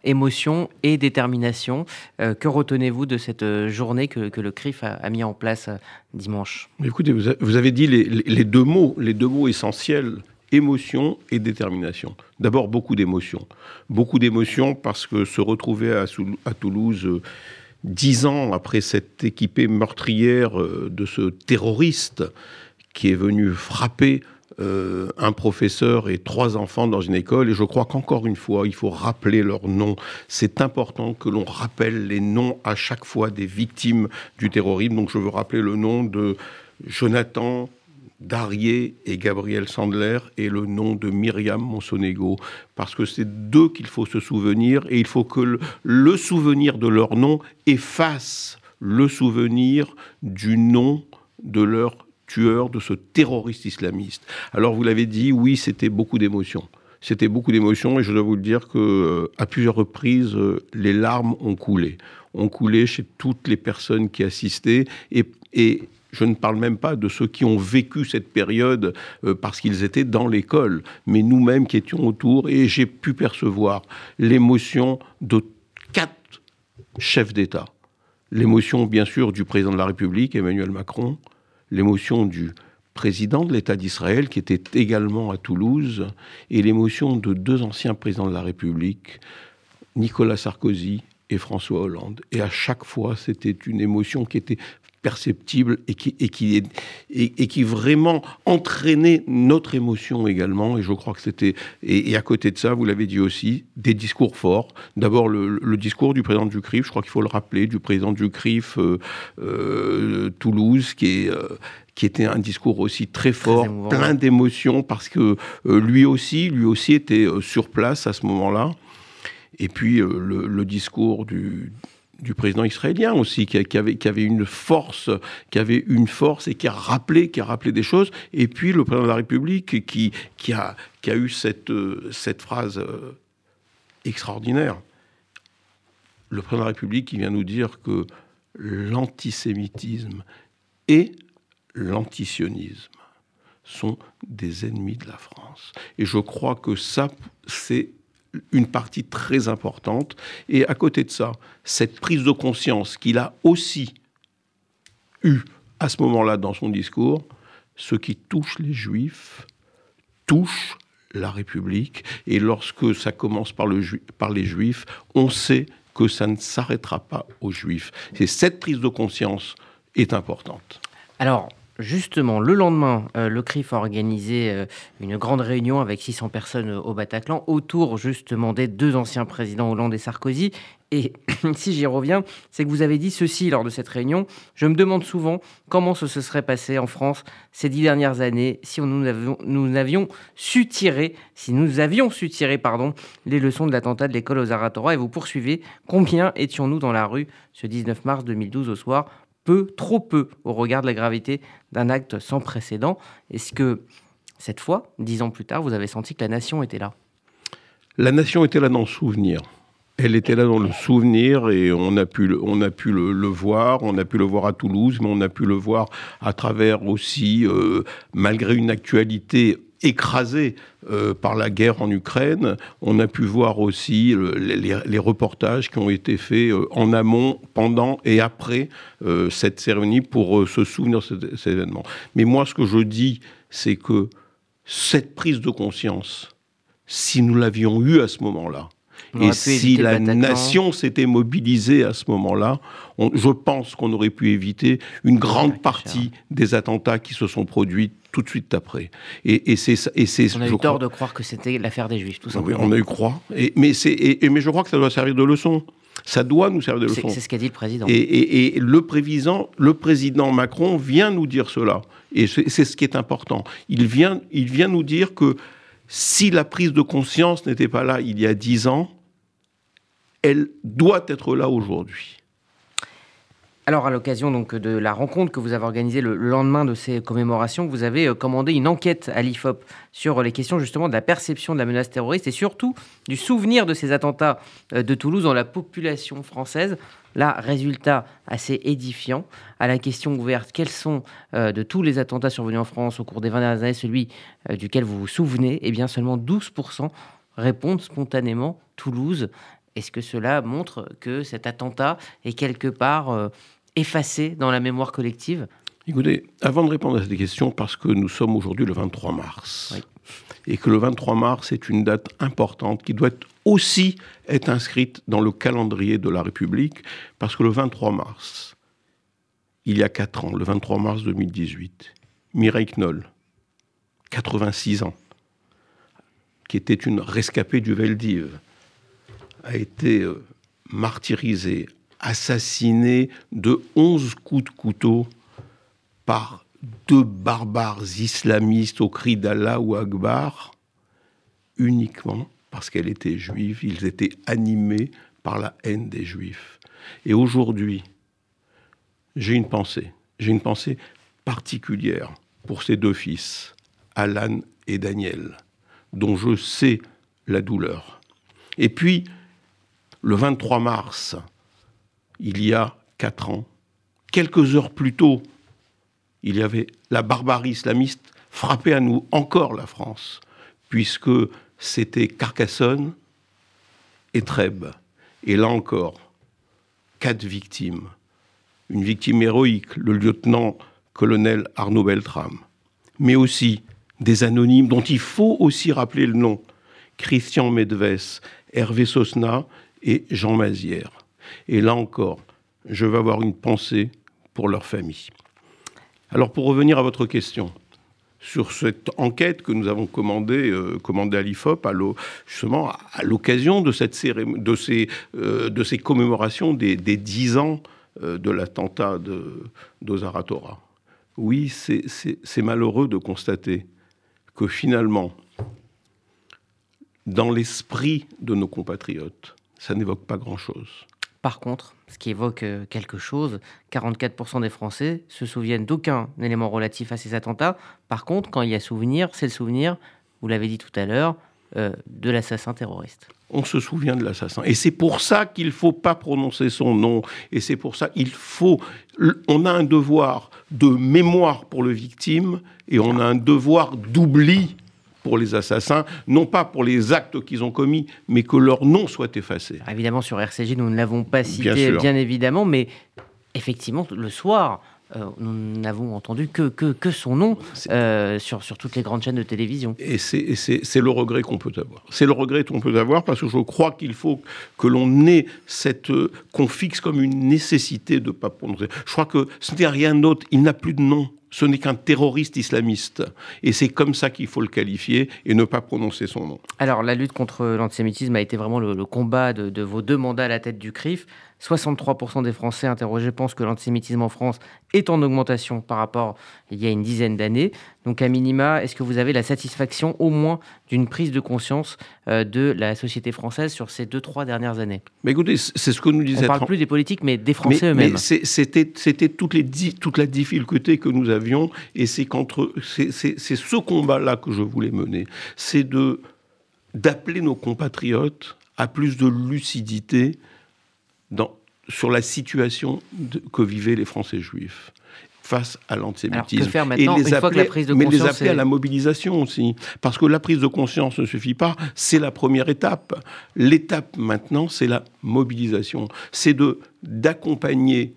émotion et détermination. Que retenez-vous de cette journée que le CRIF a mis en place dimanche ? Écoutez, vous avez dit les deux mots essentiels, émotion et détermination. D'abord, beaucoup d'émotions. Beaucoup d'émotions parce que se retrouver à Toulouse 10 ans après cette équipée meurtrière de ce terroriste qui est venu frapper un professeur et 3 enfants dans une école. Et je crois qu'encore une fois, il faut rappeler leurs noms. C'est important que l'on rappelle les noms à chaque fois des victimes du terrorisme. Donc je veux rappeler le nom de Jonathan, Darié et Gabriel Sandler et le nom de Myriam Monsonego. Parce que c'est d'eux qu'il faut se souvenir et il faut que le souvenir de leur nom efface le souvenir du nom de leur tueur, de ce terroriste islamiste. Alors vous l'avez dit, oui, c'était beaucoup d'émotions. C'était beaucoup d'émotions et je dois vous le dire qu'à plusieurs reprises, les larmes ont coulé. Ont coulé chez toutes les personnes qui assistaient et je ne parle même pas de ceux qui ont vécu cette période parce qu'ils étaient dans l'école, mais nous-mêmes qui étions autour et j'ai pu percevoir l'émotion de 4 chefs d'État. L'émotion, bien sûr, du président de la République, Emmanuel Macron, l'émotion du président de l'État d'Israël, qui était également à Toulouse, et l'émotion de 2 anciens présidents de la République, Nicolas Sarkozy et François Hollande. Et à chaque fois, c'était une émotion qui était perceptible et qui vraiment entraînait notre émotion également. Et je crois que c'était... Et à côté de ça, vous l'avez dit aussi, des discours forts. D'abord, le discours du président du CRIF, je crois qu'il faut le rappeler, du président du CRIF Toulouse, qui était un discours aussi très fort, plein d'émotions, parce que lui aussi était sur place à ce moment-là. Et puis le discours du président israélien aussi, qui avait une force et qui a rappelé des choses. Et puis le président de la République qui a eu cette phrase extraordinaire. Le président de la République qui vient nous dire que l'antisémitisme et l'antisionisme sont des ennemis de la France. Et je crois que ça, c'est une partie très importante. Et à côté de ça, cette prise de conscience qu'il a aussi eue à ce moment-là dans son discours, ce qui touche les Juifs touche la République. Et lorsque ça commence par les Juifs, on sait que ça ne s'arrêtera pas aux Juifs. Et cette prise de conscience est importante. Alors, justement, le lendemain, le CRIF a organisé une grande réunion avec 600 personnes au Bataclan autour justement des 2 anciens présidents Hollande et Sarkozy. Et si j'y reviens, c'est que vous avez dit ceci lors de cette réunion. Je me demande souvent comment ce se serait passé en France ces 10 dernières années si nous avions su tirer les leçons de l'attentat de l'école aux Aratora. Et vous poursuivez, combien étions-nous dans la rue ce 19 mars 2012 au soir ? Peu, trop peu, au regard de la gravité d'un acte sans précédent. Est-ce que, cette fois, 10 ans plus tard, vous avez senti que la nation était là ? La nation était là dans le souvenir. Elle était là dans le souvenir et on a pu le voir. On a pu le voir à Toulouse, mais on a pu le voir à travers aussi, malgré une actualité écrasée par la guerre en Ukraine, on a pu voir aussi les reportages qui ont été faits en amont, pendant et après cette cérémonie pour se souvenir de cet événement. Mais moi, ce que je dis, c'est que cette prise de conscience, si nous l'avions eue à ce moment-là, et si la nation s'était mobilisée à ce moment-là, je pense qu'on aurait pu éviter une grande partie des attentats qui se sont produits tout de suite après. Et c'est, on a eu tort de croire que c'était l'affaire des Juifs, tout simplement. Oui, on a eu croire. Mais je crois que ça doit servir de leçon. Ça doit nous servir de leçon. C'est ce qu'a dit le président. Et le président Macron vient nous dire cela. Et c'est ce qui est important. Il vient nous dire que si la prise de conscience n'était pas là il y a 10 ans, elle doit être là aujourd'hui. Alors, à l'occasion donc de la rencontre que vous avez organisée le lendemain de ces commémorations, vous avez commandé une enquête à l'IFOP sur les questions justement de la perception de la menace terroriste et surtout du souvenir de ces attentats de Toulouse dans la population française. Là, résultat assez édifiant. À la question ouverte, quels sont de tous les attentats survenus en France au cours des 20 dernières années celui duquel vous vous souvenez ? Eh bien, seulement 12% répondent spontanément Toulouse. Est-ce que cela montre que cet attentat est quelque part effacé dans la mémoire collective ? Écoutez, avant de répondre à cette question, parce que nous sommes aujourd'hui le 23 mars, Oui. Et que le 23 mars est une date importante qui doit aussi être inscrite dans le calendrier de la République, parce que le 23 mars, il y a 4 ans, le 23 mars 2018, Mireille Knoll, 86 ans, qui était une rescapée du Veldiv, a été martyrisée, assassinée de 11 coups de couteau par 2 barbares islamistes au cri d'Allah ou Akbar, uniquement parce qu'elle était juive. Ils étaient animés par la haine des juifs. Et aujourd'hui, j'ai une pensée particulière pour ces 2 fils, Alan et Daniel, dont je sais la douleur. Et puis, le 23 mars, il y a 4 ans, quelques heures plus tôt, il y avait la barbarie islamiste frappée à nous encore la France, puisque c'était Carcassonne et Trèbes. Et là encore, 4 victimes. Une victime héroïque, le lieutenant-colonel Arnaud Beltrame, mais aussi des anonymes dont il faut aussi rappeler le nom, Christian Medves, Hervé Sosna et Jean Mazière. Et là encore, je vais avoir une pensée pour leur famille. Alors, pour revenir à votre question, sur cette enquête que nous avons commandée à l'IFOP, justement à l'occasion de ces commémorations des 10 ans de l'attentat d'Ozar Hatorah. Oui, c'est malheureux de constater que finalement, dans l'esprit de nos compatriotes, ça n'évoque pas grand-chose. Par contre, ce qui évoque quelque chose, 44% des Français se souviennent d'aucun élément relatif à ces attentats. Par contre, quand il y a souvenir, c'est le souvenir, vous l'avez dit tout à l'heure, de l'assassin terroriste. On se souvient de l'assassin. Et c'est pour ça qu'il ne faut pas prononcer son nom. Et c'est pour ça on a un devoir de mémoire pour le victime et on a un devoir d'oubli pour les assassins, non pas pour les actes qu'ils ont commis, mais que leur nom soit effacé. Alors évidemment, sur RCJ, nous ne l'avons pas cité, bien évidemment, mais effectivement, le soir, nous n'avons entendu que son nom sur toutes les grandes chaînes de télévision. Et c'est le regret qu'on peut avoir. C'est le regret qu'on peut avoir parce que je crois qu'il faut que l'on ait qu'on fixe comme une nécessité de ne pas prononcer. Je crois que ce n'est rien d'autre, il n'a plus de nom. Ce n'est qu'un terroriste islamiste. Et c'est comme ça qu'il faut le qualifier et ne pas prononcer son nom. Alors, la lutte contre l'antisémitisme a été vraiment le combat de vos 2 mandats à la tête du CRIF. 63% des Français interrogés pensent que l'antisémitisme en France est en augmentation par rapport il y a une dizaine d'années. Donc, à minima, est-ce que vous avez la satisfaction au moins d'une prise de conscience de la société française sur ces 2-3 dernières années ? Mais écoutez, c'est ce que nous disait... On ne parle plus des politiques, mais des Français eux-mêmes. Mais c'était toute la difficulté que nous avions, et c'est ce combat-là que je voulais mener. C'est d'appeler nos compatriotes à plus de lucidité sur la situation que vivaient les Français juifs face à l'antisémitisme. Alors que faire maintenant, une fois que la prise de conscience... Mais les appeler à la mobilisation aussi. Parce que la prise de conscience ne suffit pas, c'est la première étape. L'étape maintenant, c'est la mobilisation. C'est d'accompagner,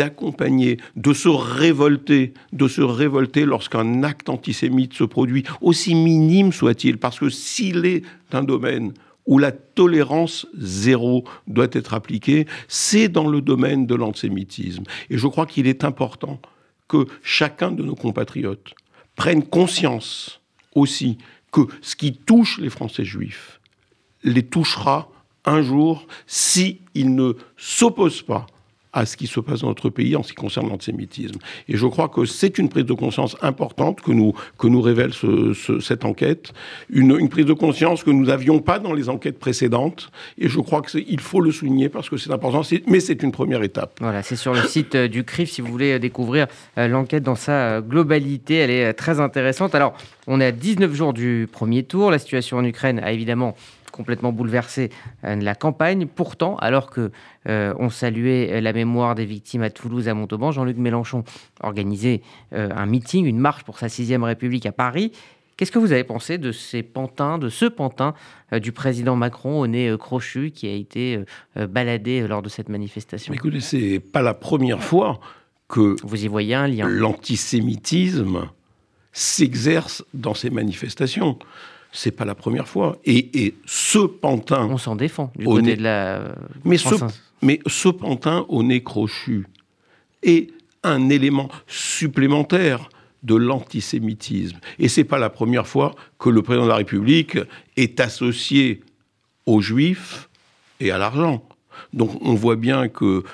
de se révolter lorsqu'un acte antisémite se produit, aussi minime soit-il. Parce que s'il est un domaine où la tolérance zéro doit être appliquée, c'est dans le domaine de l'antisémitisme. Et je crois qu'il est important que chacun de nos compatriotes prenne conscience aussi que ce qui touche les Français juifs les touchera un jour s'ils ne s'opposent pas à ce qui se passe dans notre pays en ce qui concerne l'antisémitisme. Et je crois que c'est une prise de conscience importante que nous révèle cette enquête, une prise de conscience que nous n'avions pas dans les enquêtes précédentes, et je crois qu'il faut le souligner parce que c'est important, mais c'est une première étape. Voilà, c'est sur le site du CRIF si vous voulez découvrir l'enquête dans sa globalité, elle est très intéressante. Alors, on est à 19 jours du premier tour, la situation en Ukraine a évidemment complètement bouleversé la campagne. Pourtant, alors que on saluait la mémoire des victimes à Toulouse, à Montauban, Jean-Luc Mélenchon organisait un meeting, une marche pour sa 6e République à Paris. Qu'est-ce que vous avez pensé de ce pantin du président Macron au nez crochu qui a été baladé lors de cette manifestation? Écoutez, c'est pas la première fois que Vous y voyez un lien? l'antisémitisme s'exerce dans ces manifestations. C'est pas la première fois. Et ce pantin... On s'en défend du côté de la France. Mais ce pantin au nez crochu est un élément supplémentaire de l'antisémitisme. Et c'est pas la première fois que le président de la République est associé aux Juifs et à l'argent. Donc on voit bien que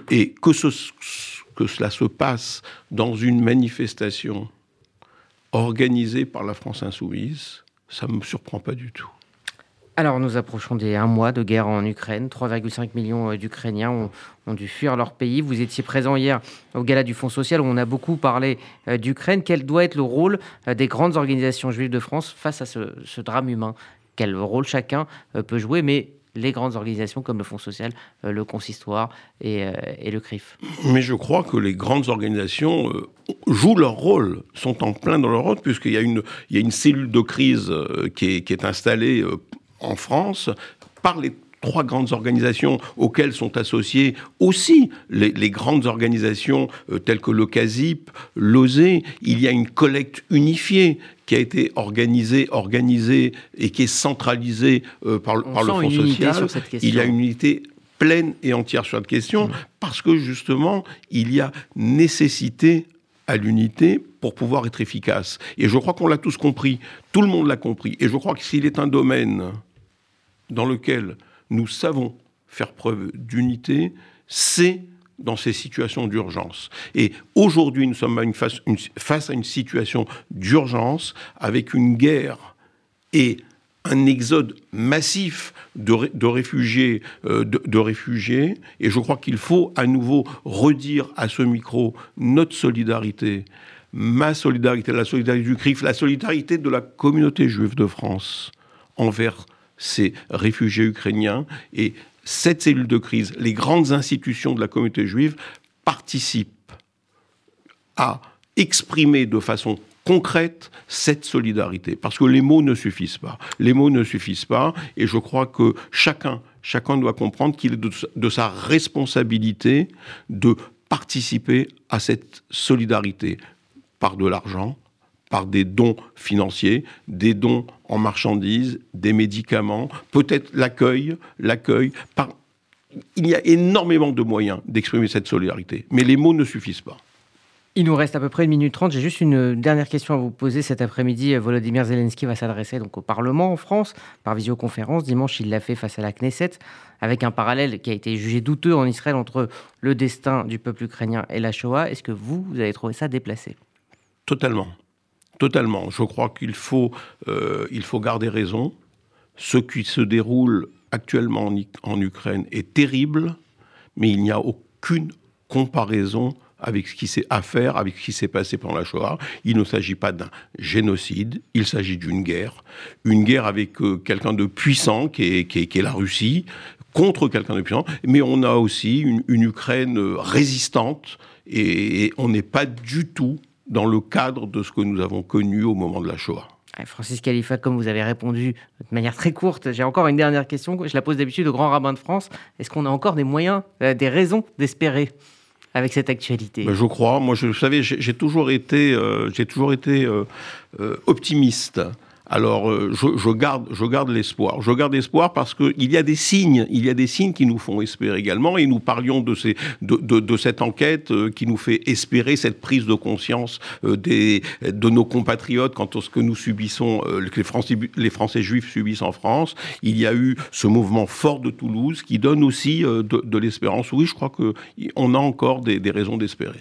cela se passe dans une manifestation organisée par la France insoumise, ça ne me surprend pas du tout. Alors, nous approchons des 1 mois de guerre en Ukraine. 3,5 millions d'Ukrainiens ont dû fuir leur pays. Vous étiez présent hier au gala du Fonds social où on a beaucoup parlé d'Ukraine. Quel doit être le rôle des grandes organisations juives de France face à ce drame humain? Quel rôle chacun peut jouer, mais les grandes organisations comme le Fonds social, le Consistoire et le CRIF? Mais je crois que les grandes organisations jouent leur rôle, sont en plein dans leur rôle, puisqu'il y a une cellule de crise qui est installée en France par les 3 grandes organisations auxquelles sont associées aussi les grandes organisations telles que le CASIP, l'OSE. Il y a une collecte unifiée qui a été organisée et qui est centralisée par le Fonds social. Il y a une unité pleine et entière sur cette question parce que justement, il y a nécessité à l'unité pour pouvoir être efficace. Et je crois qu'on l'a tous compris, tout le monde l'a compris. Et je crois que s'il est un domaine dans lequel nous savons faire preuve d'unité, c'est dans ces situations d'urgence. Et aujourd'hui, nous sommes face à une situation d'urgence avec une guerre et un exode massif de réfugiés. Et je crois qu'il faut à nouveau redire à ce micro notre solidarité, ma solidarité, la solidarité du CRIF, la solidarité de la communauté juive de France envers ces réfugiés ukrainiens. Et cette cellule de crise, les grandes institutions de la communauté juive participent à exprimer de façon concrète cette solidarité. Parce que les mots ne suffisent pas. Les mots ne suffisent pas. Et je crois que chacun doit comprendre qu'il est de sa responsabilité de participer à cette solidarité par de l'argent, par des dons financiers, des dons en marchandises, des médicaments, peut-être l'accueil. Il y a énormément de moyens d'exprimer cette solidarité, mais les mots ne suffisent pas. Il nous reste à peu près 1 minute 30. J'ai juste une dernière question à vous poser. Cet après-midi, Volodymyr Zelensky va s'adresser donc au Parlement en France par visioconférence. Dimanche, il l'a fait face à la Knesset, avec un parallèle qui a été jugé douteux en Israël entre le destin du peuple ukrainien et la Shoah. Est-ce que vous avez trouvé ça déplacé? Totalement. Je crois qu'il faut garder raison. Ce qui se déroule actuellement en Ukraine est terrible, mais il n'y a aucune comparaison avec ce qui s'est passé pendant la Shoah. Il ne s'agit pas d'un génocide, il s'agit d'une guerre avec quelqu'un de puissant qui est la Russie, contre quelqu'un de puissant, mais on a aussi une Ukraine résistante, et on n'est pas du tout dans le cadre de ce que nous avons connu au moment de la Shoah. Francis Khalifa, comme vous avez répondu de manière très courte, j'ai encore une dernière question. Je la pose d'habitude au grand rabbin de France. Est-ce qu'on a encore des moyens, des raisons d'espérer avec cette actualité? Je crois. Moi, vous savez, j'ai toujours été optimiste. Alors, je garde l'espoir. Je garde l'espoir parce qu'il y a des signes. Il y a des signes qui nous font espérer également. Et nous parlions de cette enquête qui nous fait espérer cette prise de conscience de nos compatriotes quant à ce que nous subissons, que les Français juifs subissent en France. Il y a eu ce mouvement fort de Toulouse qui donne aussi de l'espérance. Oui, je crois qu'on a encore des raisons d'espérer.